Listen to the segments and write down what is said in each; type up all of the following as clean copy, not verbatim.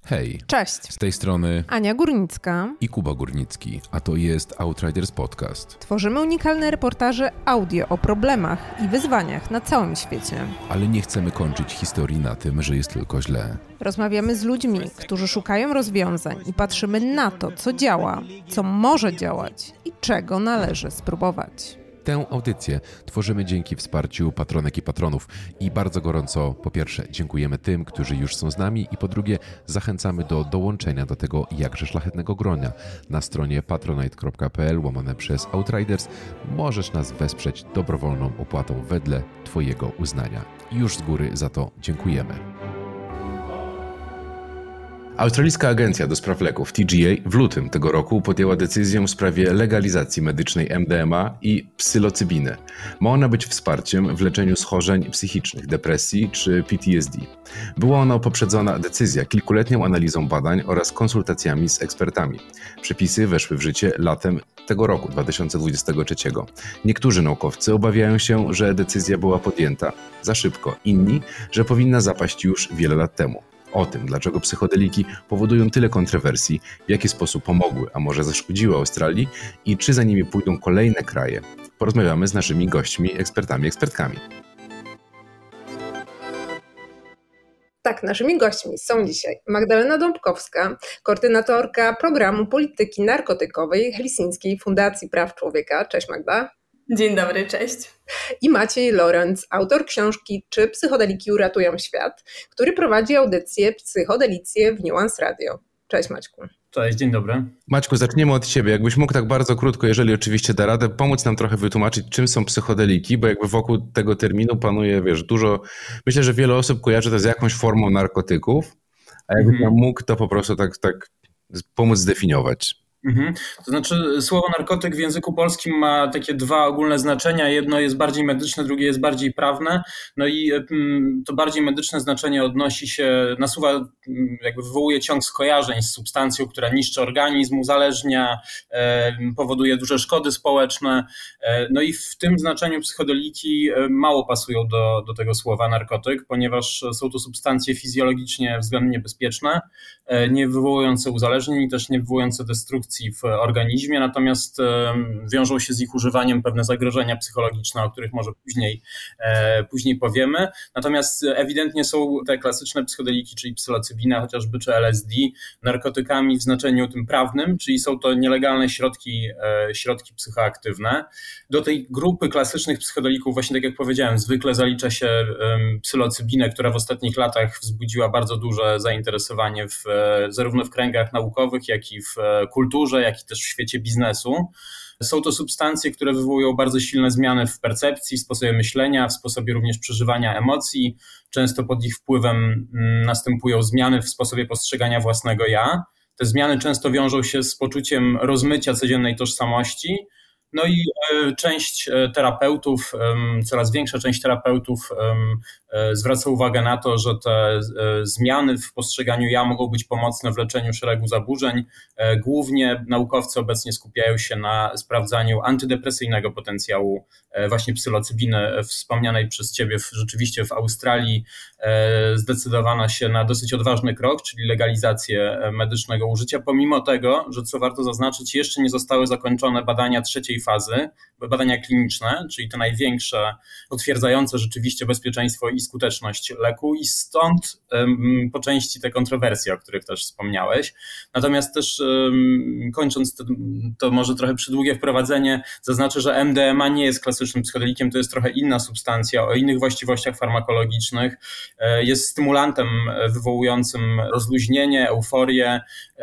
Hej, cześć. Z tej strony Ania Górnicka i Kuba Górnicki, a to jest Outriders Podcast. Tworzymy unikalne reportaże audio o problemach i wyzwaniach na całym świecie. Ale nie chcemy kończyć historii na tym, że jest tylko źle. Rozmawiamy z ludźmi, którzy szukają rozwiązań i patrzymy na to, co działa, co może działać i czego należy spróbować. Tę audycję tworzymy dzięki wsparciu patronek i patronów i bardzo gorąco po pierwsze dziękujemy tym, którzy już są z nami i po drugie zachęcamy do dołączenia do tego jakże szlachetnego gronia. Na stronie patronite.pl/Outriders możesz nas wesprzeć dobrowolną opłatą wedle Twojego uznania. Już z góry za to dziękujemy. Australijska Agencja do Spraw Leków TGA w lutym tego roku podjęła decyzję w sprawie legalizacji medycznej MDMA i psylocybiny. Ma ona być wsparciem w leczeniu schorzeń psychicznych, depresji czy PTSD. Była ona poprzedzona decyzja kilkuletnią analizą badań oraz konsultacjami z ekspertami. Przepisy weszły w życie latem tego roku, 2023. Niektórzy naukowcy obawiają się, że decyzja była podjęta za szybko, inni, że powinna zapaść już wiele lat temu. O tym, dlaczego psychodeliki powodują tyle kontrowersji, w jaki sposób pomogły, a może zaszkodziły Australii i czy za nimi pójdą kolejne kraje, porozmawiamy z naszymi gośćmi, ekspertkami. Tak, naszymi gośćmi są dzisiaj Magdalena Dąbkowska, koordynatorka programu polityki narkotykowej Helsińskiej Fundacji Praw Człowieka. Cześć Magda. Dzień dobry, cześć. I Maciej Lorenz, autor książki Czy psychodeliki uratują świat, który prowadzi audycję Psychodelicje w Nuance Radio. Cześć Maćku. Cześć, dzień dobry. Maćku, zaczniemy od Ciebie. Jakbyś mógł tak bardzo krótko, jeżeli oczywiście da radę, pomóc nam trochę wytłumaczyć, czym są psychodeliki, bo jakby wokół tego terminu panuje, dużo, myślę, że wiele osób kojarzy to z jakąś formą narkotyków, a jakbyś nam mógł to po prostu tak pomóc zdefiniować. To znaczy słowo narkotyk w języku polskim ma takie dwa ogólne znaczenia. Jedno jest bardziej medyczne, drugie jest bardziej prawne. No i to bardziej medyczne znaczenie wywołuje ciąg skojarzeń z substancją, która niszczy organizm, uzależnia, powoduje duże szkody społeczne. No i w tym znaczeniu psychodeliki mało pasują do tego słowa narkotyk, ponieważ są to substancje fizjologicznie względnie bezpieczne, nie wywołujące uzależnień i też nie wywołujące destrukcji w organizmie, natomiast wiążą się z ich używaniem pewne zagrożenia psychologiczne, o których może później powiemy. Natomiast ewidentnie są te klasyczne psychodeliki, czyli psylocybina chociażby, czy LSD, narkotykami w znaczeniu tym prawnym, czyli są to nielegalne środki psychoaktywne. Do tej grupy klasycznych psychodelików, właśnie tak jak powiedziałem, zwykle zalicza się psylocybinę, która w ostatnich latach wzbudziła bardzo duże zainteresowanie zarówno w kręgach naukowych, jak i w kulturze, jak i też w świecie biznesu. Są to substancje, które wywołują bardzo silne zmiany w percepcji, w sposobie myślenia, w sposobie również przeżywania emocji. Często pod ich wpływem następują zmiany w sposobie postrzegania własnego ja. Te zmiany często wiążą się z poczuciem rozmycia codziennej tożsamości. No i część terapeutów, coraz większa część terapeutów zwraca uwagę na to, że te zmiany w postrzeganiu ja mogą być pomocne w leczeniu szeregu zaburzeń. Głównie naukowcy obecnie skupiają się na sprawdzaniu antydepresyjnego potencjału właśnie psylocybiny wspomnianej przez Ciebie. Rzeczywiście w Australii zdecydowano się na dosyć odważny krok, czyli legalizację medycznego użycia, pomimo tego, że co warto zaznaczyć, jeszcze nie zostały zakończone badania trzeciej fazy, badania kliniczne, czyli te największe, potwierdzające rzeczywiście bezpieczeństwo i skuteczność leku i stąd po części te kontrowersje, o których też wspomniałeś. Natomiast też kończąc to może trochę przydługie wprowadzenie, zaznaczę, że MDMA nie jest klasycznym psychodelikiem, to jest trochę inna substancja o innych właściwościach farmakologicznych. Jest stymulantem wywołującym rozluźnienie, euforię,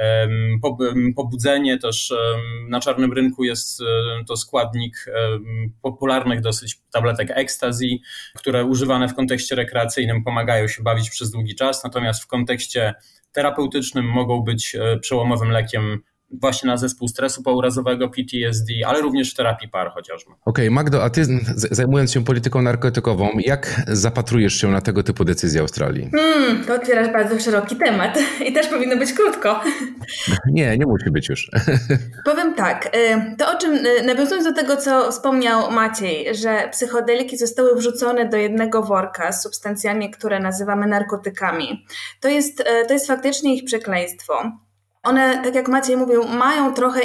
pobudzenie. Też na czarnym rynku jest to składnik popularnych dosyć tabletek ecstasy, które używane w kontekście rekreacyjnym pomagają się bawić przez długi czas, natomiast w kontekście terapeutycznym mogą być przełomowym lekiem właśnie na zespół stresu pourazowego, PTSD, ale również w terapii par chociażby. Okej, Magdo, a ty zajmując się polityką narkotykową, jak zapatrujesz się na tego typu decyzje Australii? To otwierasz bardzo szeroki temat i też powinno być krótko. Nie musi być już. Powiem tak, to o czym, nawiązując do tego, co wspomniał Maciej, że psychodeliki zostały wrzucone do jednego worka z substancjami, które nazywamy narkotykami. To jest faktycznie ich przekleństwo. One, tak jak Maciej mówił, mają trochę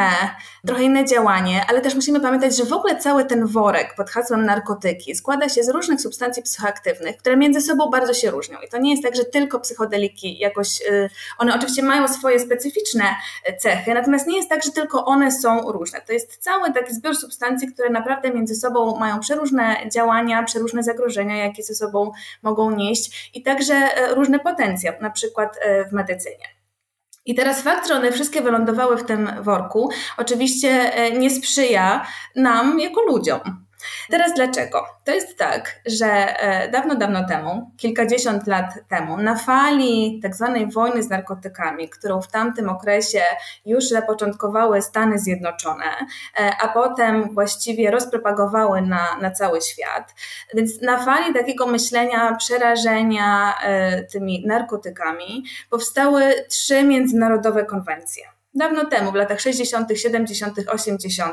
inne działanie, ale też musimy pamiętać, że w ogóle cały ten worek pod hasłem narkotyki składa się z różnych substancji psychoaktywnych, które między sobą bardzo się różnią. I to nie jest tak, że tylko psychodeliki jakoś, one oczywiście mają swoje specyficzne cechy, natomiast nie jest tak, że tylko one są różne. To jest cały taki zbiór substancji, które naprawdę między sobą mają przeróżne działania, przeróżne zagrożenia, jakie ze sobą mogą nieść i także różny potencjał, na przykład w medycynie. I teraz fakt, że one wszystkie wylądowały w tym worku, oczywiście nie sprzyja nam jako ludziom. Teraz dlaczego? To jest tak, że dawno temu, kilkadziesiąt lat temu, na fali tak zwanej wojny z narkotykami, którą w tamtym okresie już zapoczątkowały Stany Zjednoczone, a potem właściwie rozpropagowały na cały świat. Więc na fali takiego myślenia, przerażenia tymi narkotykami powstały 3 międzynarodowe konwencje. Dawno temu, w latach 60., 70., 80.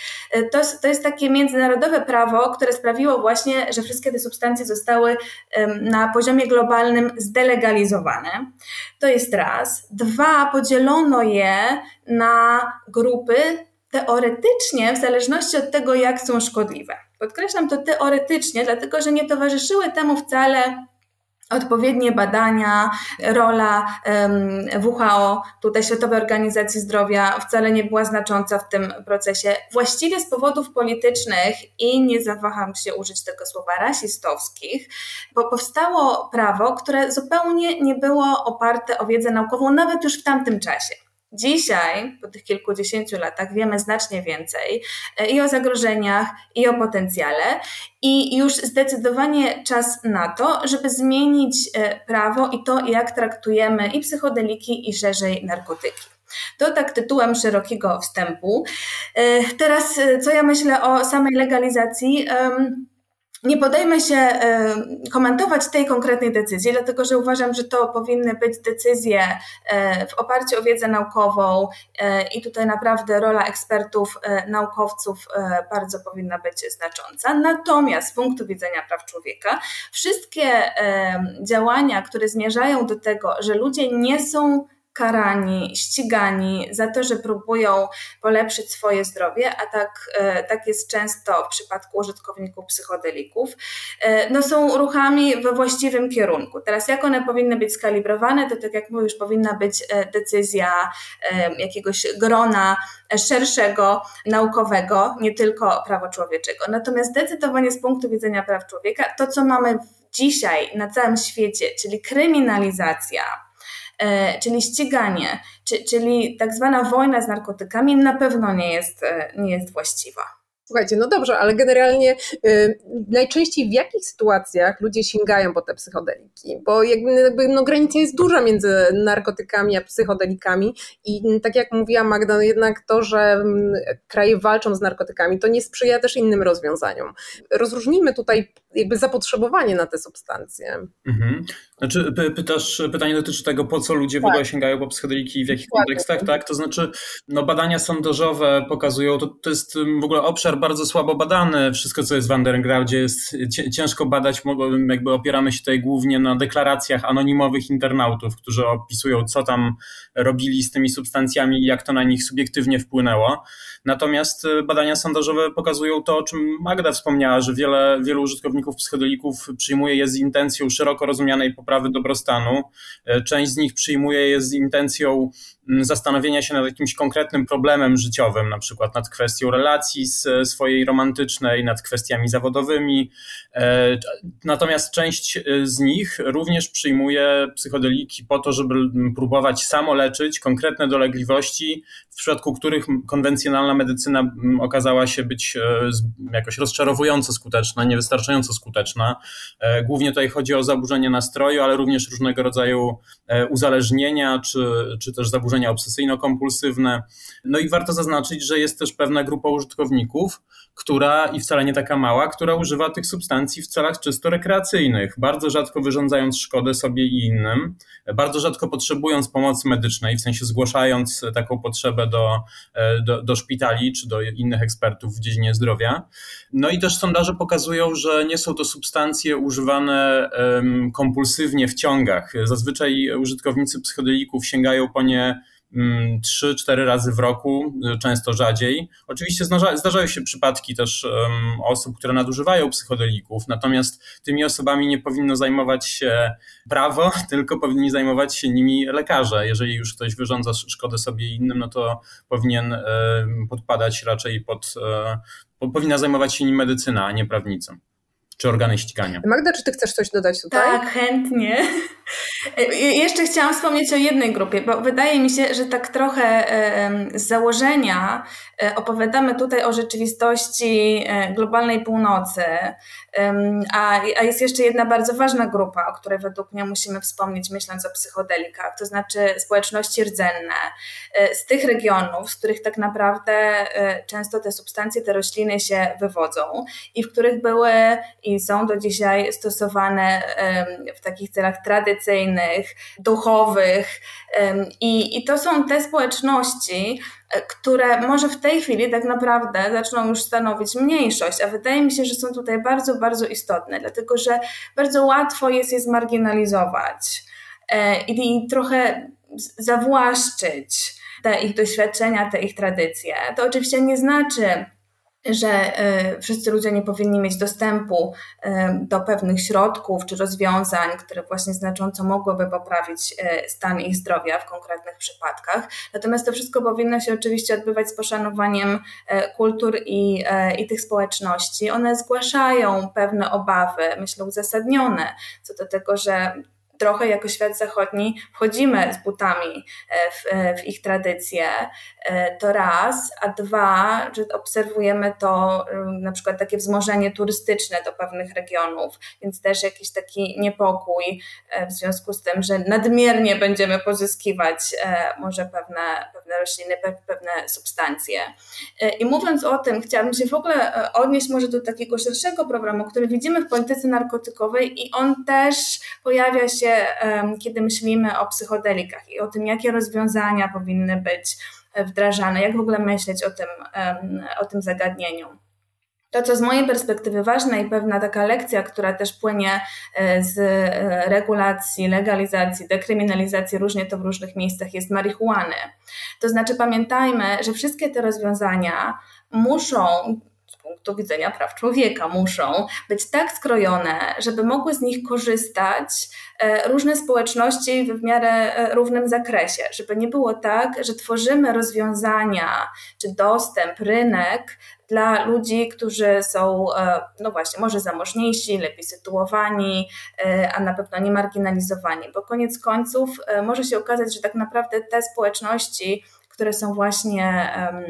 To jest takie międzynarodowe prawo, które sprawiło właśnie, że wszystkie te substancje zostały na poziomie globalnym zdelegalizowane. To jest raz. 2, podzielono je na grupy teoretycznie w zależności od tego, jak są szkodliwe. Podkreślam to teoretycznie, dlatego że nie towarzyszyły temu wcale odpowiednie badania, rola WHO, tutaj Światowej Organizacji Zdrowia wcale nie była znacząca w tym procesie. Właściwie z powodów politycznych i nie zawaham się użyć tego słowa rasistowskich, bo powstało prawo, które zupełnie nie było oparte o wiedzę naukową, nawet już w tamtym czasie. Dzisiaj, po tych kilkudziesięciu latach, wiemy znacznie więcej i o zagrożeniach, i o potencjale i już zdecydowanie czas na to, żeby zmienić prawo i to, jak traktujemy i psychodeliki, i szerzej narkotyki. To tak tytułem szerokiego wstępu. Teraz, co ja myślę o samej legalizacji? Nie podejmę się komentować tej konkretnej decyzji, dlatego że uważam, że to powinny być decyzje w oparciu o wiedzę naukową i tutaj naprawdę rola ekspertów, naukowców bardzo powinna być znacząca. Natomiast z punktu widzenia praw człowieka wszystkie działania, które zmierzają do tego, że ludzie nie są karani, ścigani za to, że próbują polepszyć swoje zdrowie, a tak jest często w przypadku użytkowników psychodelików, są ruchami we właściwym kierunku. Teraz jak one powinny być skalibrowane, to tak jak mówię, już powinna być decyzja jakiegoś grona szerszego, naukowego, nie tylko prawa człowieczego. Natomiast zdecydowanie z punktu widzenia praw człowieka, to co mamy dzisiaj na całym świecie, czyli kryminalizacja, czyli ściganie, czyli tak zwana wojna z narkotykami na pewno nie jest właściwa. Słuchajcie, no dobrze, ale generalnie najczęściej w jakich sytuacjach ludzie sięgają po te psychodeliki? Bo granica jest duża między narkotykami a psychodelikami i tak jak mówiła Magda, jednak to, że kraje walczą z narkotykami, to nie sprzyja też innym rozwiązaniom. Rozróżnijmy tutaj zapotrzebowanie na te substancje. Mhm. Znaczy, pytanie dotyczy tego, po co ludzie w ogóle sięgają po psychodeliki i w jakich kontekstach, tak? To znaczy, badania sondażowe pokazują, to jest w ogóle obszar bardzo słabo badany. Wszystko, co jest w undergroundzie, jest ciężko badać, jakby opieramy się tutaj głównie na deklaracjach anonimowych internautów, którzy opisują, co tam robili z tymi substancjami i jak to na nich subiektywnie wpłynęło. Natomiast badania sondażowe pokazują to, o czym Magda wspomniała, że wielu użytkowników psychodelików przyjmuje je z intencją szeroko rozumianej poprawy dobrostanu. Część z nich przyjmuje je z intencją zastanowienia się nad jakimś konkretnym problemem życiowym, na przykład nad kwestią relacji swojej romantycznej, nad kwestiami zawodowymi. Natomiast część z nich również przyjmuje psychodeliki po to, żeby próbować samoleczyć konkretne dolegliwości, w przypadku których konwencjonalna medycyna okazała się być jakoś rozczarowująco skuteczna, niewystarczająco skuteczna. Głównie tutaj chodzi o zaburzenie nastroju, ale również różnego rodzaju uzależnienia, czy też zaburzenia zaburzenia obsesyjno-kompulsywne. No i warto zaznaczyć, że jest też pewna grupa użytkowników, która, i wcale nie taka mała, która używa tych substancji w celach czysto rekreacyjnych, bardzo rzadko wyrządzając szkodę sobie i innym, bardzo rzadko potrzebując pomocy medycznej, w sensie zgłaszając taką potrzebę do szpitali czy do innych ekspertów w dziedzinie zdrowia. No i też sondaże pokazują, że nie są to substancje używane kompulsywnie w ciągach. Zazwyczaj użytkownicy psychodelików sięgają po nie 3-4 razy w roku, często rzadziej. Oczywiście zdarzają się przypadki też osób, które nadużywają psychodelików, natomiast tymi osobami nie powinno zajmować się prawo, tylko powinni zajmować się nimi lekarze. Jeżeli już ktoś wyrządza szkodę sobie i innym, no to powinien podpadać raczej powinna zajmować się nim medycyna, a nie prawnicy czy organy ścigania. Magda, czy ty chcesz coś dodać tutaj? Tak, chętnie. Jeszcze chciałam wspomnieć o jednej grupie, bo wydaje mi się, że tak trochę z założenia opowiadamy tutaj o rzeczywistości globalnej północy, a jest jeszcze jedna bardzo ważna grupa, o której według mnie musimy wspomnieć, myśląc o psychodelikach, to znaczy społeczności rdzenne z tych regionów, z których tak naprawdę często te substancje, te rośliny się wywodzą i w których były i są do dzisiaj stosowane w takich celach tradycyjnych, duchowych i to są te społeczności, które może w tej chwili tak naprawdę zaczną już stanowić mniejszość, a wydaje mi się, że są tutaj bardzo, bardzo istotne, dlatego że bardzo łatwo jest je zmarginalizować i trochę zawłaszczyć te ich doświadczenia, te ich tradycje. To oczywiście nie znaczy, że wszyscy ludzie nie powinni mieć dostępu do pewnych środków czy rozwiązań, które właśnie znacząco mogłyby poprawić stan ich zdrowia w konkretnych przypadkach. Natomiast to wszystko powinno się oczywiście odbywać z poszanowaniem kultur i tych społeczności. One zgłaszają pewne obawy, myślę uzasadnione, co do tego, że trochę jako świat zachodni wchodzimy z butami w ich tradycje, to raz, a dwa, że obserwujemy to na przykład takie wzmożenie turystyczne do pewnych regionów, więc też jakiś taki niepokój w związku z tym, że nadmiernie będziemy pozyskiwać może pewne rośliny, pewne substancje. I mówiąc o tym, chciałabym się w ogóle odnieść może do takiego szerszego problemu, który widzimy w polityce narkotykowej i on też pojawia się, kiedy myślimy o psychodelikach i o tym, jakie rozwiązania powinny być wdrażane, jak w ogóle myśleć o tym zagadnieniu. To, co z mojej perspektywy ważne i pewna taka lekcja, która też płynie z regulacji, legalizacji, dekryminalizacji, różnie to w różnych miejscach jest marihuany. To znaczy pamiętajmy, że wszystkie te rozwiązania muszą z punktu widzenia praw człowieka muszą być tak skrojone, żeby mogły z nich korzystać różne społeczności w miarę równym zakresie, żeby nie było tak, że tworzymy rozwiązania czy dostęp, rynek dla ludzi, którzy są, no właśnie, może zamożniejsi, lepiej sytuowani, a na pewno nie marginalizowani, bo koniec końców może się okazać, że tak naprawdę te społeczności, które są właśnie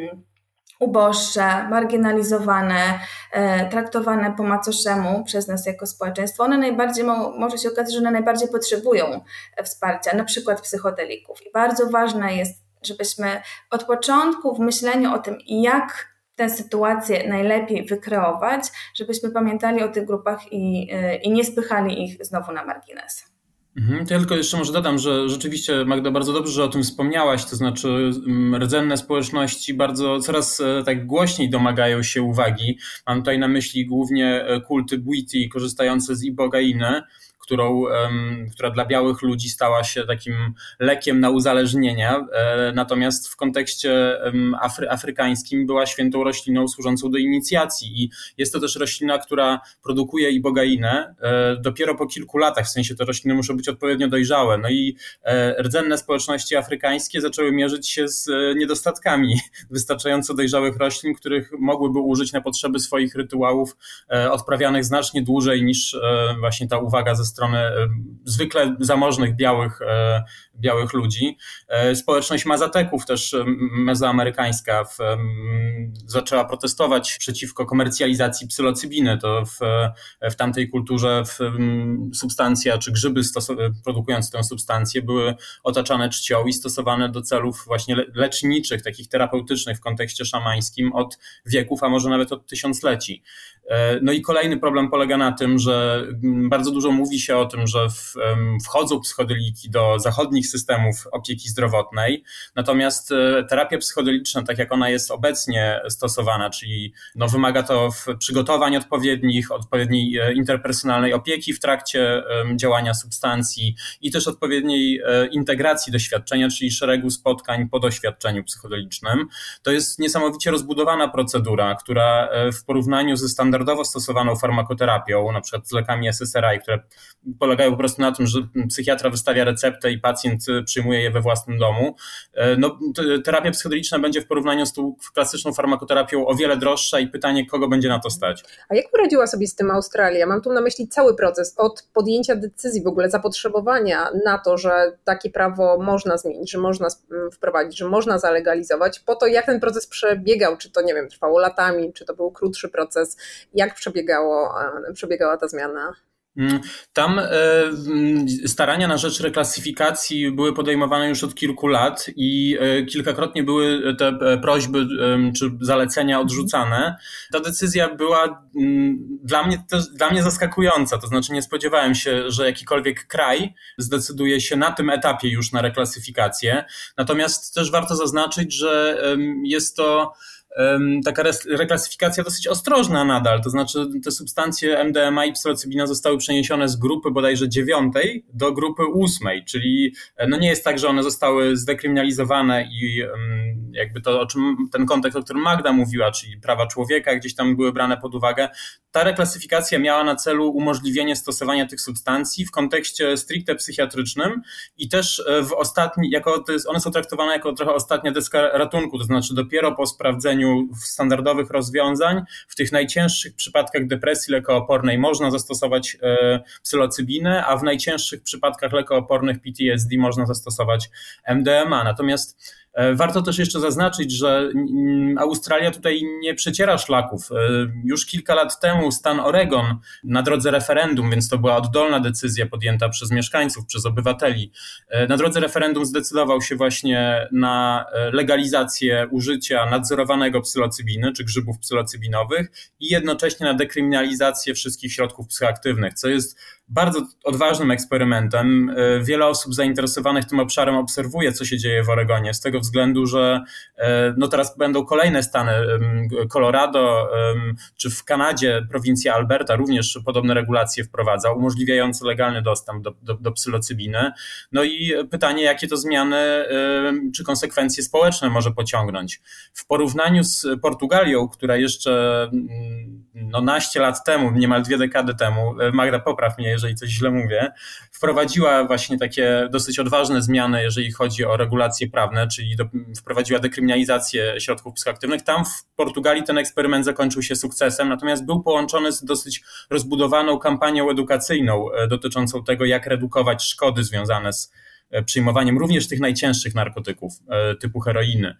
uboższe, marginalizowane, traktowane po macoszemu przez nas jako społeczeństwo, one najbardziej, może się okazać, że one najbardziej potrzebują wsparcia, na przykład psychodelików. I bardzo ważne jest, żebyśmy od początku w myśleniu o tym, jak tę sytuację najlepiej wykreować, żebyśmy pamiętali o tych grupach i nie spychali ich znowu na margines. To ja tylko jeszcze może dodam, że rzeczywiście, Magda, bardzo dobrze, że o tym wspomniałaś, to znaczy rdzenne społeczności coraz tak głośniej domagają się uwagi. Mam tutaj na myśli głównie kulty Bwiti korzystające z ibogainy, która dla białych ludzi stała się takim lekiem na uzależnienia, natomiast w kontekście afrykańskim była świętą rośliną służącą do inicjacji i jest to też roślina, która produkuje ibogainę dopiero po kilku latach, w sensie te rośliny muszą być odpowiednio dojrzałe. No i rdzenne społeczności afrykańskie zaczęły mierzyć się z niedostatkami wystarczająco dojrzałych roślin, których mogłyby użyć na potrzeby swoich rytuałów odprawianych znacznie dłużej niż właśnie ta uwaga ze strony zwykle zamożnych białych ludzi. Społeczność Mazateków, też mezoamerykańska, zaczęła protestować przeciwko komercjalizacji psylocybiny. To w tamtej kulturze substancja czy grzyby produkujące tę substancję były otaczane czcią i stosowane do celów właśnie leczniczych, takich terapeutycznych w kontekście szamańskim od wieków, a może nawet od tysiącleci. No i kolejny problem polega na tym, że bardzo dużo mówi się o tym, że wchodzą psychodeliki do zachodnich systemów opieki zdrowotnej, natomiast terapia psychodeliczna, tak jak ona jest obecnie stosowana, czyli wymaga to przygotowań odpowiedniej interpersonalnej opieki w trakcie działania substancji i też odpowiedniej integracji doświadczenia, czyli szeregu spotkań po doświadczeniu psychodelicznym. To jest niesamowicie rozbudowana procedura, która w porównaniu ze standardowo stosowaną farmakoterapią, na przykład z lekami SSRI, które polegają po prostu na tym, że psychiatra wystawia receptę i pacjent przyjmuje je we własnym domu. Terapia psychodeliczna będzie w porównaniu z tą klasyczną farmakoterapią o wiele droższa i pytanie, kogo będzie na to stać. A jak poradziła sobie z tym Australia? Mam tu na myśli cały proces, od podjęcia decyzji, w ogóle zapotrzebowania na to, że takie prawo można zmienić, że można wprowadzić, że można zalegalizować, po to jak ten proces przebiegał, czy to trwało latami, czy to był krótszy proces, jak przebiegała ta zmiana? Tam starania na rzecz reklasyfikacji były podejmowane już od kilku lat i kilkakrotnie były te prośby czy zalecenia odrzucane. Ta decyzja była dla mnie zaskakująca, to znaczy nie spodziewałem się, że jakikolwiek kraj zdecyduje się na tym etapie już na reklasyfikację. Natomiast też warto zaznaczyć, że jest to taka reklasyfikacja dosyć ostrożna nadal, to znaczy te substancje MDMA i psylocybina zostały przeniesione z grupy bodajże 9 do grupy 8, czyli nie jest tak, że one zostały zdekryminalizowane i jakby to, o czym ten kontekst, o którym Magda mówiła, czyli prawa człowieka gdzieś tam były brane pod uwagę. Ta reklasyfikacja miała na celu umożliwienie stosowania tych substancji w kontekście stricte psychiatrycznym i też one są traktowane jako trochę ostatnia deska ratunku, to znaczy dopiero po sprawdzeniu standardowych rozwiązań w tych najcięższych przypadkach depresji lekoopornej można zastosować psylocybinę, a w najcięższych przypadkach lekoopornych PTSD można zastosować MDMA. Natomiast warto też jeszcze zaznaczyć, że Australia tutaj nie przeciera szlaków. Już kilka lat temu stan Oregon na drodze referendum, więc to była oddolna decyzja podjęta przez mieszkańców, przez obywateli, na drodze referendum zdecydował się właśnie na legalizację użycia nadzorowanego psylocybiny czy grzybów psylocybinowych i jednocześnie na dekryminalizację wszystkich środków psychoaktywnych, co jest bardzo odważnym eksperymentem. Wiele osób zainteresowanych tym obszarem obserwuje, co się dzieje w Oregonie, z tego względu, że teraz będą kolejne stany, Colorado czy w Kanadzie prowincja Alberta również podobne regulacje wprowadza, umożliwiające legalny dostęp do psylocybiny. No i pytanie, jakie to zmiany czy konsekwencje społeczne może pociągnąć. W porównaniu z Portugalią, która jeszcze naście lat temu, niemal 2 dekady temu, Magda popraw mnie, jeżeli coś źle mówię, wprowadziła właśnie takie dosyć odważne zmiany, jeżeli chodzi o regulacje prawne, czyli wprowadziła dekryminalizację środków psychoaktywnych. Tam w Portugalii ten eksperyment zakończył się sukcesem, natomiast był połączony z dosyć rozbudowaną kampanią edukacyjną dotyczącą tego, jak redukować szkody związane z przyjmowaniem również tych najcięższych narkotyków typu heroiny.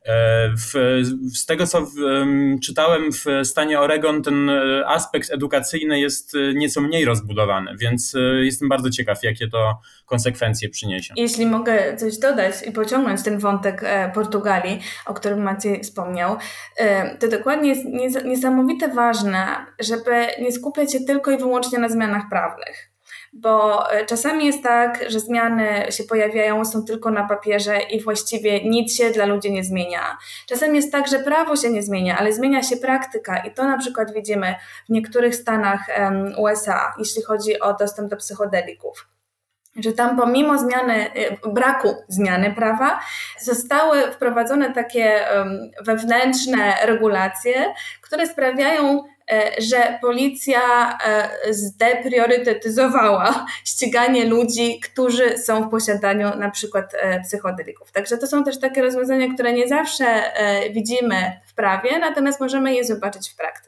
Z tego, co czytałem, w stanie Oregon ten aspekt edukacyjny jest nieco mniej rozbudowany, więc jestem bardzo ciekaw, jakie to konsekwencje przyniesie. Jeśli mogę coś dodać i pociągnąć ten wątek Portugalii, o którym Maciej wspomniał, to dokładnie jest niesamowite ważne, żeby nie skupiać się tylko i wyłącznie na zmianach prawnych. Bo czasami jest tak, że zmiany się pojawiają, są tylko na papierze i właściwie nic się dla ludzi nie zmienia. Czasami jest tak, że prawo się nie zmienia, ale zmienia się praktyka i to na przykład widzimy w niektórych stanach USA, jeśli chodzi o dostęp do psychodelików. Że tam pomimo braku zmiany prawa zostały wprowadzone takie wewnętrzne regulacje, które sprawiają, że policja zdepriorytetyzowała ściganie ludzi, którzy są w posiadaniu na przykład psychodelików. Także to są też takie rozwiązania, które nie zawsze widzimy w prawie, natomiast możemy je zobaczyć w praktyce.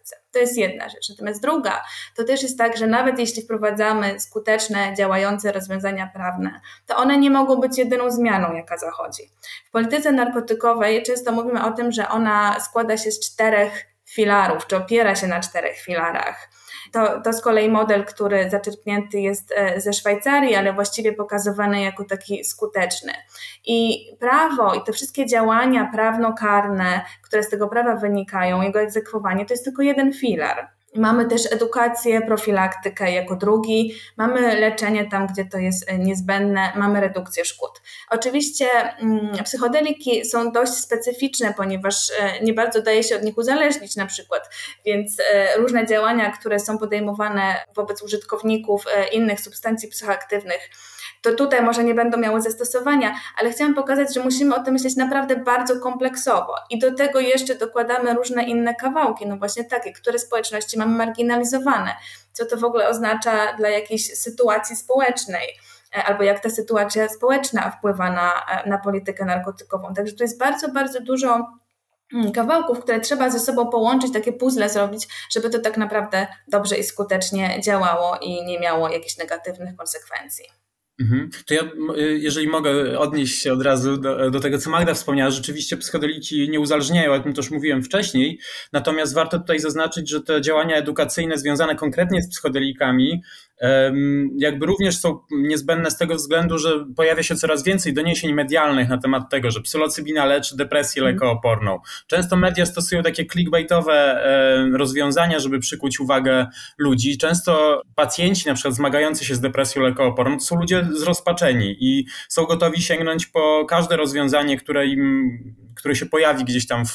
praktyce. To jest jedna rzecz. Natomiast druga, to też jest tak, że nawet jeśli wprowadzamy skuteczne, działające rozwiązania prawne, to one nie mogą być jedyną zmianą, jaka zachodzi. W polityce narkotykowej często mówimy o tym, że ona składa się z 4 filarów, czy opiera się na 4 filarach. To z kolei model, który zaczerpnięty jest ze Szwajcarii, ale właściwie pokazywany jako taki skuteczny. I prawo i te wszystkie działania prawnokarne, które z tego prawa wynikają, jego egzekwowanie, to jest tylko jeden filar. Mamy też edukację, profilaktykę jako drugi, mamy leczenie tam, gdzie to jest niezbędne, mamy redukcję szkód. Oczywiście psychodeliki są dość specyficzne, ponieważ nie bardzo daje się od nich uzależnić na przykład, więc różne działania, które są podejmowane wobec użytkowników innych substancji psychoaktywnych, to tutaj może nie będą miały zastosowania, ale chciałam pokazać, że musimy o tym myśleć naprawdę bardzo kompleksowo i do tego jeszcze dokładamy różne inne kawałki, no właśnie takie, które społeczności mamy marginalizowane, co to w ogóle oznacza dla jakiejś sytuacji społecznej, albo jak ta sytuacja społeczna wpływa na politykę narkotykową. Także tu jest bardzo, bardzo dużo kawałków, które trzeba ze sobą połączyć, takie puzzle zrobić, żeby to tak naprawdę dobrze i skutecznie działało i nie miało jakichś negatywnych konsekwencji. To ja, jeżeli mogę odnieść się od razu do tego, co Magda wspomniała, rzeczywiście psychodeliki nie uzależniają, o tym też mówiłem wcześniej, natomiast warto tutaj zaznaczyć, że te działania edukacyjne związane konkretnie z psychodelikami jakby również są niezbędne z tego względu, że pojawia się coraz więcej doniesień medialnych na temat tego, że psylocybina leczy depresję lekooporną. Często media stosują takie clickbaitowe rozwiązania, żeby przykuć uwagę ludzi. Często pacjenci na przykład zmagający się z depresją lekooporną to są ludzie zrozpaczeni i są gotowi sięgnąć po każde rozwiązanie, które się pojawi gdzieś tam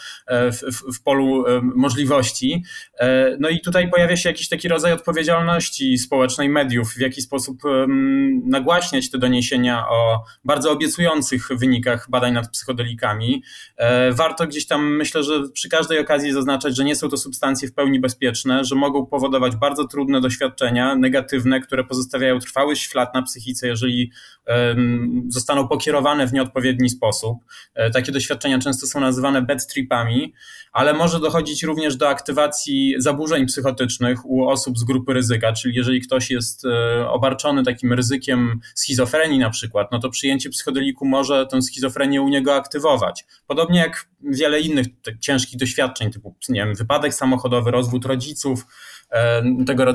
w polu możliwości. No i tutaj pojawia się jakiś taki rodzaj odpowiedzialności społecznej mediów, w jaki sposób nagłaśniać te doniesienia o bardzo obiecujących wynikach badań nad psychodelikami. Warto gdzieś tam, myślę, że przy każdej okazji zaznaczać, że nie są to substancje w pełni bezpieczne, że mogą powodować bardzo trudne doświadczenia negatywne, które pozostawiają trwały ślad na psychice, jeżeli zostaną pokierowane w nieodpowiedni sposób. Takie doświadczenia często są nazywane bad tripami, ale może dochodzić również do aktywacji zaburzeń psychotycznych u osób z grupy ryzyka, czyli jeżeli ktoś jest obarczony takim ryzykiem schizofrenii na przykład, no to przyjęcie psychodeliku może tę schizofrenię u niego aktywować. Podobnie jak wiele innych ciężkich doświadczeń, typu nie wiem, wypadek samochodowy, rozwód rodziców, tego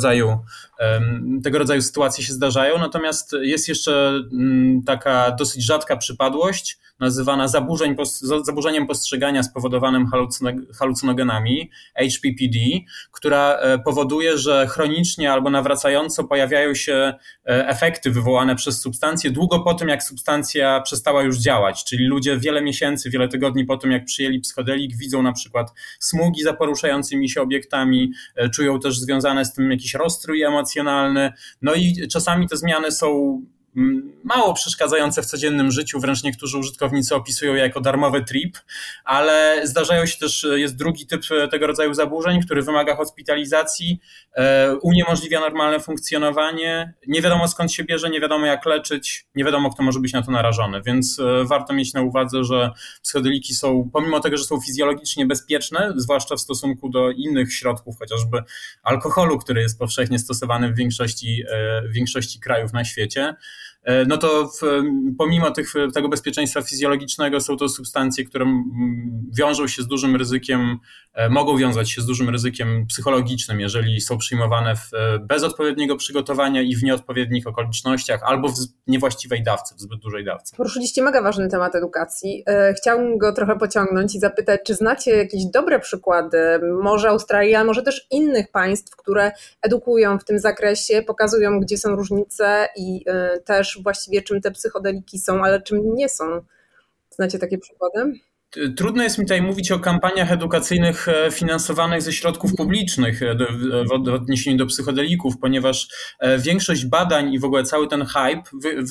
rodzaju sytuacje się zdarzają, natomiast jest jeszcze taka dosyć rzadka przypadłość, nazywana zaburzeniem postrzegania spowodowanym halucynogenami, HPPD, która powoduje, że chronicznie albo nawracająco pojawiają się efekty wywołane przez substancję długo po tym, jak substancja przestała już działać, czyli ludzie wiele miesięcy, wiele tygodni po tym, jak przyjęli psychodelik, widzą na przykład smugi za poruszającymi się obiektami, czują też związane z tym jakiś rozstrój emocjonalny, no i czasami te zmiany są mało przeszkadzające w codziennym życiu, wręcz niektórzy użytkownicy opisują je jako darmowy trip, ale zdarzają się też, jest drugi typ tego rodzaju zaburzeń, który wymaga hospitalizacji, uniemożliwia normalne funkcjonowanie, nie wiadomo skąd się bierze, nie wiadomo jak leczyć, nie wiadomo kto może być na to narażony, więc warto mieć na uwadze, że psychodeliki są, pomimo tego, że są fizjologicznie bezpieczne, zwłaszcza w stosunku do innych środków, chociażby alkoholu, który jest powszechnie stosowany w większości krajów na świecie, no to pomimo tego bezpieczeństwa fizjologicznego są to substancje, które wiążą się z dużym ryzykiem, mogą wiązać się z dużym ryzykiem psychologicznym, jeżeli są przyjmowane bez odpowiedniego przygotowania i w nieodpowiednich okolicznościach albo w niewłaściwej dawce, w zbyt dużej dawce. Poruszyliście mega ważny temat edukacji. Chciałbym go trochę pociągnąć i zapytać, czy znacie jakieś dobre przykłady, może Australii, a może też innych państw, które edukują w tym zakresie, pokazują, gdzie są różnice i też właściwie czym te psychodeliki są, ale czym nie są. Znacie takie przykłady? Trudno jest mi tutaj mówić o kampaniach edukacyjnych finansowanych ze środków publicznych w odniesieniu do psychodelików, ponieważ większość badań i w ogóle cały ten hype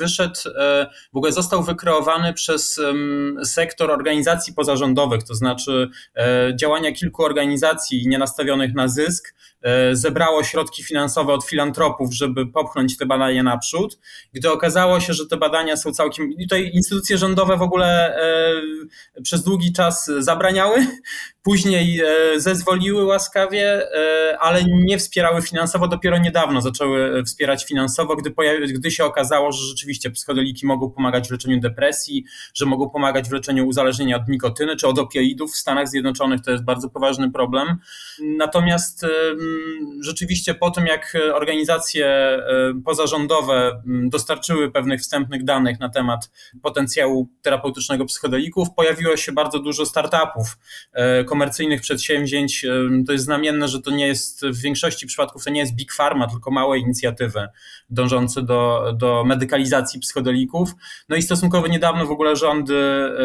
w ogóle został wykreowany przez sektor organizacji pozarządowych, to znaczy działania kilku organizacji nienastawionych na zysk, zebrało środki finansowe od filantropów, żeby popchnąć te badania naprzód. Gdy okazało się, że te badania są i tutaj instytucje rządowe w ogóle przez długi czas zabraniały Później zezwoliły łaskawie, ale nie wspierały finansowo. Dopiero niedawno zaczęły wspierać finansowo, gdy się okazało, że rzeczywiście psychodeliki mogą pomagać w leczeniu depresji, że mogą pomagać w leczeniu uzależnienia od nikotyny czy od opioidów. W Stanach Zjednoczonych to jest bardzo poważny problem. Natomiast rzeczywiście po tym, jak organizacje pozarządowe dostarczyły pewnych wstępnych danych na temat potencjału terapeutycznego psychodelików, pojawiło się bardzo dużo startupów, komercyjnych przedsięwzięć. To jest znamienne, że to nie jest w większości przypadków to nie jest big pharma, tylko małe inicjatywy dążące do medykalizacji psychodelików. No i stosunkowo niedawno w ogóle rządy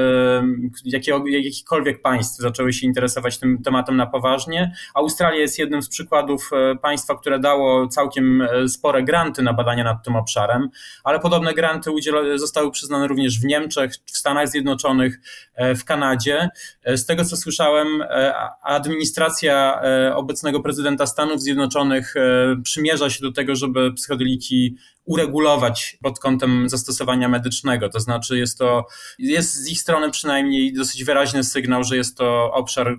jakichkolwiek państw zaczęły się interesować tym tematem na poważnie. Australia jest jednym z przykładów państwa, które dało całkiem spore granty na badania nad tym obszarem, ale podobne granty zostały przyznane również w Niemczech, w Stanach Zjednoczonych, w Kanadzie. Z tego, co słyszałem, administracja obecnego prezydenta Stanów Zjednoczonych przymierza się do tego, żeby psychodeliki uregulować pod kątem zastosowania medycznego. To znaczy jest z ich strony przynajmniej dosyć wyraźny sygnał, że jest to obszar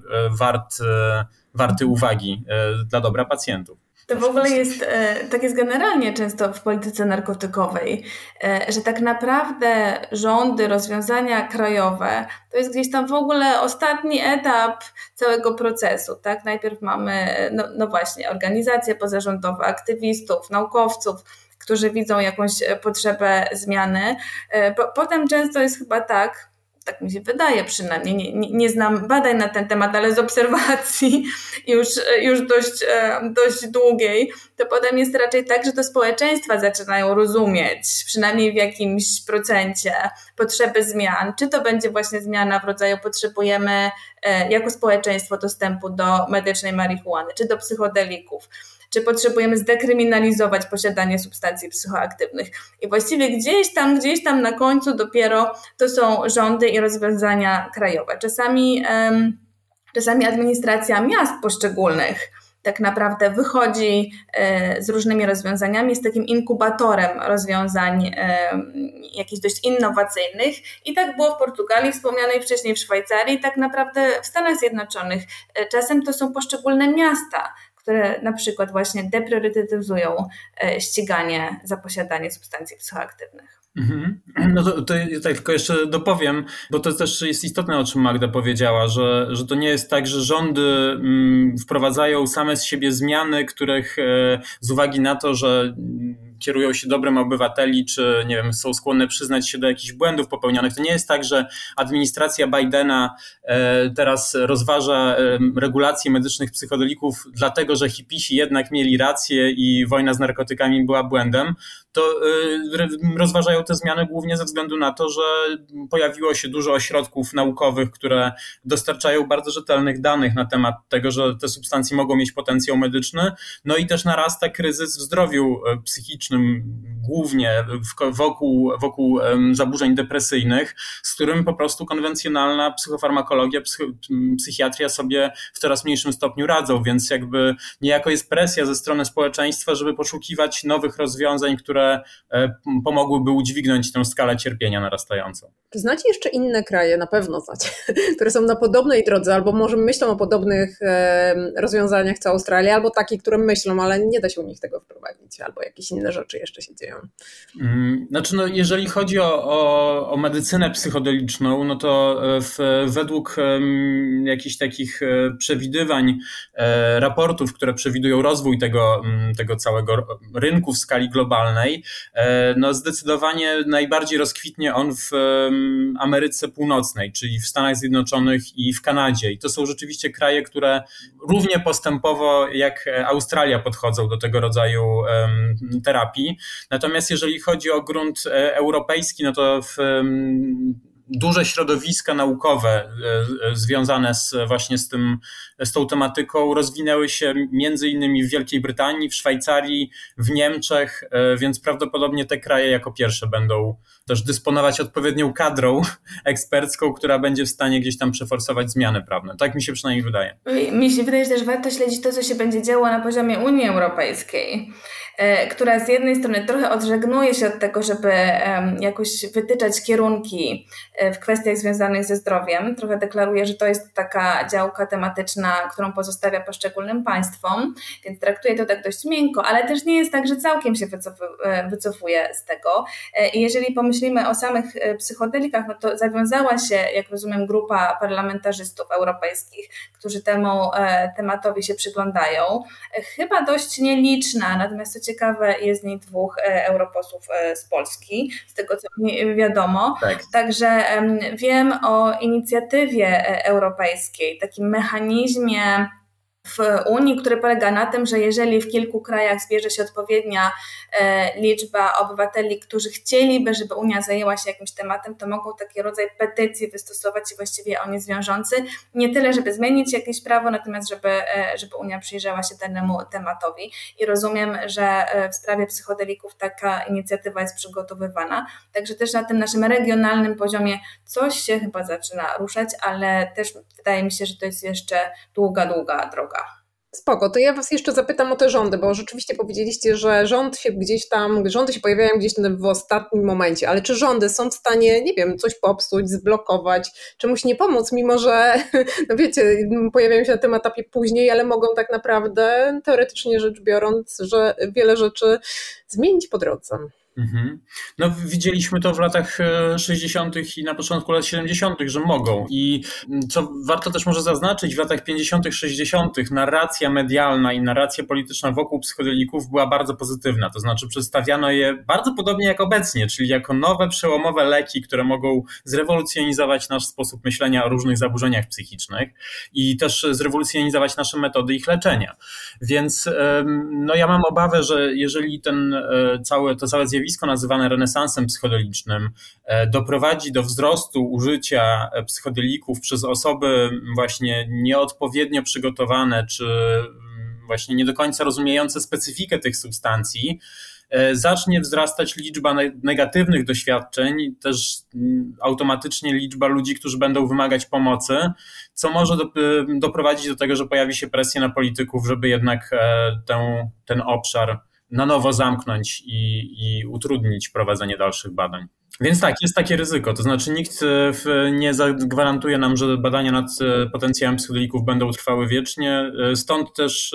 warty uwagi dla dobra pacjentów. To w ogóle tak jest generalnie często w polityce narkotykowej, że tak naprawdę rządy, rozwiązania krajowe to jest gdzieś tam w ogóle ostatni etap całego procesu. Tak? Najpierw mamy no właśnie organizacje pozarządowe, aktywistów, naukowców, którzy widzą jakąś potrzebę zmiany. Potem często jest chyba tak mi się wydaje przynajmniej, nie znam badań na ten temat, ale z obserwacji już dość długiej, to potem jest raczej tak, że to społeczeństwa zaczynają rozumieć, przynajmniej w jakimś procencie, potrzeby zmian. Czy to będzie właśnie zmiana w rodzaju potrzebujemy jako społeczeństwo dostępu do medycznej marihuany, czy do psychodelików, czy potrzebujemy zdekryminalizować posiadanie substancji psychoaktywnych. I właściwie gdzieś tam na końcu dopiero to są rządy i rozwiązania krajowe. Czasami administracja miast poszczególnych tak naprawdę wychodzi z różnymi rozwiązaniami, z takim inkubatorem rozwiązań jakichś dość innowacyjnych. I tak było w Portugalii, wspomnianej wcześniej w Szwajcarii, tak naprawdę w Stanach Zjednoczonych. Czasem to są poszczególne miasta, które na przykład właśnie depriorytetyzują ściganie za posiadanie substancji psychoaktywnych. No to ja tak tylko jeszcze dopowiem, bo to też jest istotne, o czym Magda powiedziała, że to nie jest tak, że rządy wprowadzają same z siebie zmiany, których z uwagi na to, że kierują się dobrem obywateli, czy nie wiem, są skłonne przyznać się do jakichś błędów popełnionych. To nie jest tak, że administracja Bidena teraz rozważa regulację medycznych psychodelików dlatego, że hipisi jednak mieli rację i wojna z narkotykami była błędem. To rozważają te zmiany głównie ze względu na to, że pojawiło się dużo ośrodków naukowych, które dostarczają bardzo rzetelnych danych na temat tego, że te substancje mogą mieć potencjał medyczny. No i też narasta kryzys w zdrowiu psychicznym, głównie wokół zaburzeń depresyjnych, z którym po prostu konwencjonalna psychofarmakologia, psychiatria sobie w coraz mniejszym stopniu radzą, więc jakby niejako jest presja ze strony społeczeństwa, żeby poszukiwać nowych rozwiązań, które pomogłyby udźwignąć tę skalę cierpienia narastającą. Czy znacie jeszcze inne kraje, na pewno znacie, które są na podobnej drodze, albo może myślą o podobnych rozwiązaniach co Australia, albo takie, które myślą, ale nie da się u nich tego wprowadzić, albo jakieś inne rzeczy jeszcze się dzieją? Znaczy, jeżeli chodzi o medycynę psychodeliczną, no to według jakichś takich przewidywań, raportów, które przewidują rozwój tego całego rynku w skali globalnej, no zdecydowanie najbardziej rozkwitnie on w Ameryce Północnej, czyli w Stanach Zjednoczonych i w Kanadzie. I to są rzeczywiście kraje, które równie postępowo jak Australia podchodzą do tego rodzaju terapii. Natomiast jeżeli chodzi o grunt europejski, no to duże środowiska naukowe związane właśnie z tą tematyką rozwinęły się między innymi w Wielkiej Brytanii, w Szwajcarii, w Niemczech, więc prawdopodobnie te kraje jako pierwsze będą też dysponować odpowiednią kadrą ekspercką, która będzie w stanie gdzieś tam przeforsować zmiany prawne. Tak mi się przynajmniej wydaje. Mi się wydaje, że też warto śledzić to, co się będzie działo na poziomie Unii Europejskiej. która z jednej strony trochę odżegnuje się od tego, żeby jakoś wytyczać kierunki w kwestiach związanych ze zdrowiem. Trochę deklaruje, że to jest taka działka tematyczna, którą pozostawia poszczególnym państwom, więc traktuje to tak dość miękko, ale też nie jest tak, że całkiem się wycofuje z tego. I jeżeli pomyślimy o samych psychodelikach, no to zawiązała się, jak rozumiem, grupa parlamentarzystów europejskich, którzy temu tematowi się przyglądają. Chyba dość nieliczna, natomiast co ciekawe, jest z niej 2 europosłów z Polski, z tego co mi wiadomo. Tak. Także wiem o inicjatywie europejskiej, takim mechanizmie w Unii, który polega na tym, że jeżeli w kilku krajach zbierze się odpowiednia liczba obywateli, którzy chcieliby, żeby Unia zajęła się jakimś tematem, to mogą taki rodzaj petycji wystosować i właściwie on jest wiążący. Nie tyle, żeby zmienić jakieś prawo, natomiast żeby Unia przyjrzała się danemu tematowi. I rozumiem, że w sprawie psychodelików taka inicjatywa jest przygotowywana. Także też na tym naszym regionalnym poziomie coś się chyba zaczyna ruszać, ale też wydaje mi się, że to jest jeszcze długa droga. Spoko, to ja was jeszcze zapytam o te rządy, bo rzeczywiście powiedzieliście, że rządy się pojawiają gdzieś w ostatnim momencie, ale czy rządy są w stanie, nie wiem, coś popsuć, zblokować, czemuś nie pomóc, mimo że, no wiecie, pojawiają się na tym etapie później, ale mogą tak naprawdę, teoretycznie rzecz biorąc, że wiele rzeczy zmienić po drodze. No, widzieliśmy to w latach 60. i na początku lat 70., że mogą. I co warto też może zaznaczyć, w latach 50., 60. narracja medialna i narracja polityczna wokół psychodelików była bardzo pozytywna. To znaczy przedstawiano je bardzo podobnie jak obecnie, czyli jako nowe, przełomowe leki, które mogą zrewolucjonizować nasz sposób myślenia o różnych zaburzeniach psychicznych i też zrewolucjonizować nasze metody ich leczenia. Więc no, ja mam obawę, że jeżeli to całe zjawisko nazywane renesansem psychodelicznym doprowadzi do wzrostu użycia psychodelików przez osoby właśnie nieodpowiednio przygotowane, czy właśnie nie do końca rozumiejące specyfikę tych substancji, zacznie wzrastać liczba negatywnych doświadczeń, też automatycznie liczba ludzi, którzy będą wymagać pomocy, co może doprowadzić do tego, że pojawi się presja na polityków, żeby jednak ten obszar na nowo zamknąć i utrudnić prowadzenie dalszych badań. Więc tak, jest takie ryzyko, to znaczy nikt nie zagwarantuje nam, że badania nad potencjałem psychodelików będą trwały wiecznie, stąd też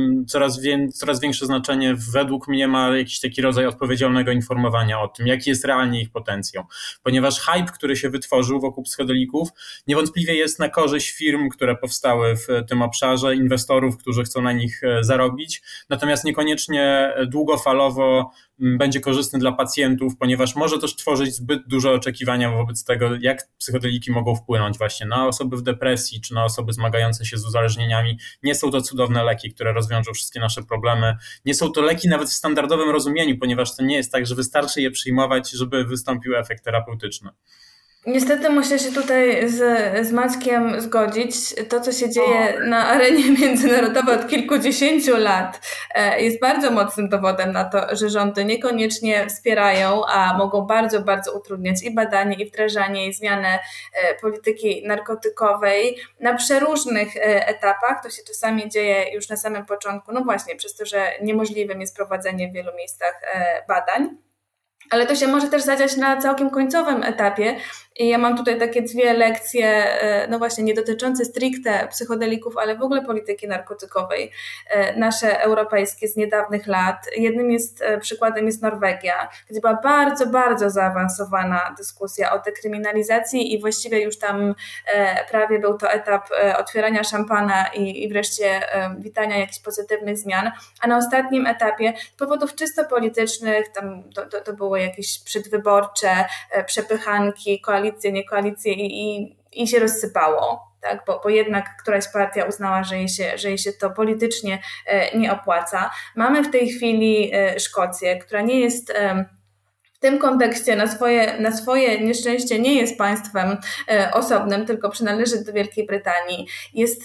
coraz większe znaczenie według mnie ma jakiś taki rodzaj odpowiedzialnego informowania o tym, jaki jest realnie ich potencjał, ponieważ hype, który się wytworzył wokół psychodelików, niewątpliwie jest na korzyść firm, które powstały w tym obszarze, inwestorów, którzy chcą na nich zarobić, natomiast niekoniecznie długofalowo będzie korzystny dla pacjentów, ponieważ może też tworzyć zbyt duże oczekiwania wobec tego, jak psychodeliki mogą wpłynąć właśnie na osoby w depresji, czy na osoby zmagające się z uzależnieniami. Nie są to cudowne leki, które rozwiążą wszystkie nasze problemy. Nie są to leki nawet w standardowym rozumieniu, ponieważ to nie jest tak, że wystarczy je przyjmować, żeby wystąpił efekt terapeutyczny. Niestety muszę się tutaj z Maćkiem zgodzić. To, co się dzieje na arenie międzynarodowej od kilkudziesięciu lat, jest bardzo mocnym dowodem na to, że rządy niekoniecznie wspierają, a mogą bardzo, bardzo utrudniać i badanie, i wdrażanie, i zmianę polityki narkotykowej na przeróżnych etapach. To się czasami dzieje już na samym początku, no właśnie przez to, że niemożliwym jest prowadzenie w wielu miejscach badań. Ale to się może też zadziać na całkiem końcowym etapie i ja mam tutaj takie 2 lekcje, no właśnie nie dotyczące stricte psychodelików, ale w ogóle polityki narkotykowej, nasze europejskie z niedawnych lat. Jednym przykładem jest Norwegia, gdzie była bardzo, bardzo zaawansowana dyskusja o dekryminalizacji i właściwie już tam prawie był to etap otwierania szampana i wreszcie witania jakichś pozytywnych zmian, a na ostatnim etapie z powodów czysto politycznych, tam to było jakieś przedwyborcze przepychanki, koalicje, nie koalicje i się rozsypało, tak? Bo jednak któraś partia uznała, że jej się to politycznie nie opłaca. Mamy w tej chwili Szkocję, która nie jest w tym kontekście na swoje nieszczęście nie jest państwem osobnym, tylko przynależy do Wielkiej Brytanii. Jest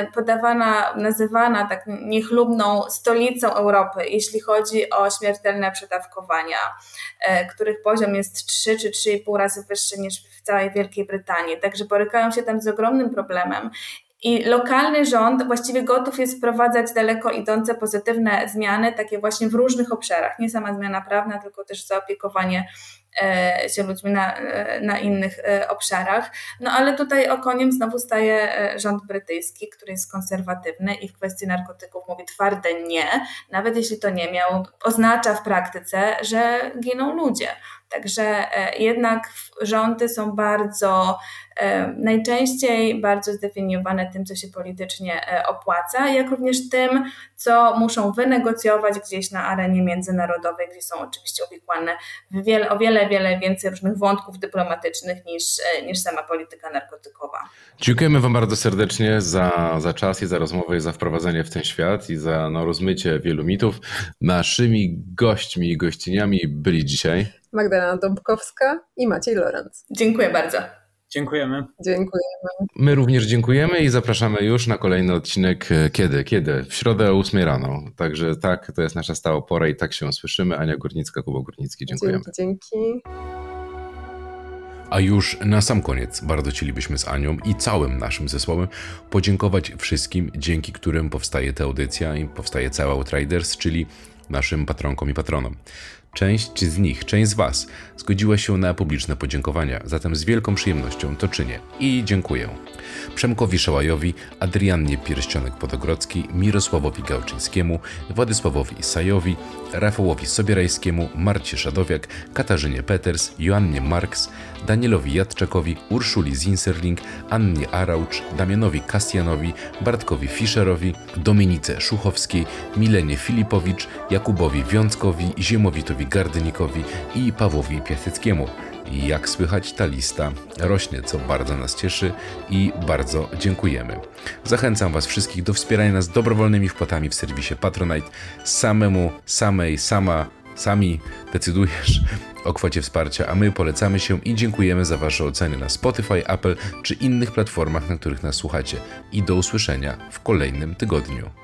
nazywana tak niechlubną stolicą Europy, jeśli chodzi o śmiertelne przedawkowania, których poziom jest 3 czy 3,5 razy wyższy niż w całej Wielkiej Brytanii. Także borykają się tam z ogromnym problemem. I lokalny rząd właściwie gotów jest wprowadzać daleko idące pozytywne zmiany, takie właśnie w różnych obszarach. Nie sama zmiana prawna, tylko też zaopiekowanie się ludźmi na innych obszarach. No ale tutaj okoniem znowu staje rząd brytyjski, który jest konserwatywny i w kwestii narkotyków mówi twarde nie, nawet jeśli to nie miał, oznacza w praktyce, że giną ludzie. Także jednak rządy są najczęściej bardzo zdefiniowane tym, co się politycznie opłaca, jak również tym, co muszą wynegocjować gdzieś na arenie międzynarodowej, gdzie są oczywiście uwikłane w o wiele więcej różnych wątków dyplomatycznych niż sama polityka narkotykowa. Dziękujemy Wam bardzo serdecznie za czas i za rozmowę i za wprowadzenie w ten świat i za rozmycie wielu mitów. Naszymi gośćmi i gościniami byli dzisiaj Magdalena Dąbkowska i Maciej Lorenz. Dziękuję bardzo. Dziękujemy. Dziękujemy. My również dziękujemy i zapraszamy już na kolejny odcinek. Kiedy? W środę o 8 rano. Także tak, to jest nasza stała pora i tak się słyszymy. Ania Górnicka, Kuba Górnicki. Dziękujemy. Dzięki. A już na sam koniec bardzo chcielibyśmy z Anią i całym naszym zespołem podziękować wszystkim, dzięki którym powstaje ta audycja i powstaje cały Outriders, czyli naszym patronkom i patronom. Część z Was zgodziła się na publiczne podziękowania, zatem z wielką przyjemnością to czynię i dziękuję. Przemkowi Szałajowi, Adriannie Pierścionek-Podogrodzki, Mirosławowi Gałczyńskiemu, Władysławowi Isajowi, Rafałowi Sobierajskiemu, Marcie Szadowiak, Katarzynie Peters, Joannie Marks, Danielowi Jadczakowi, Urszuli Zinserling, Annie Araucz, Damianowi Kastianowi, Bartkowi Fischerowi, Dominice Szuchowskiej, Milenie Filipowicz, Jakubowi Wiązkowi, Ziemowitowi Gardynikowi i Pawłowi Piaseckiemu. I jak słychać, ta lista rośnie, co bardzo nas cieszy i bardzo dziękujemy. Zachęcam Was wszystkich do wspierania nas dobrowolnymi wpłatami w serwisie Patronite. Sami decydujesz o kwocie wsparcia, a my polecamy się i dziękujemy za Wasze oceny na Spotify, Apple czy innych platformach, na których nas słuchacie. I do usłyszenia w kolejnym tygodniu.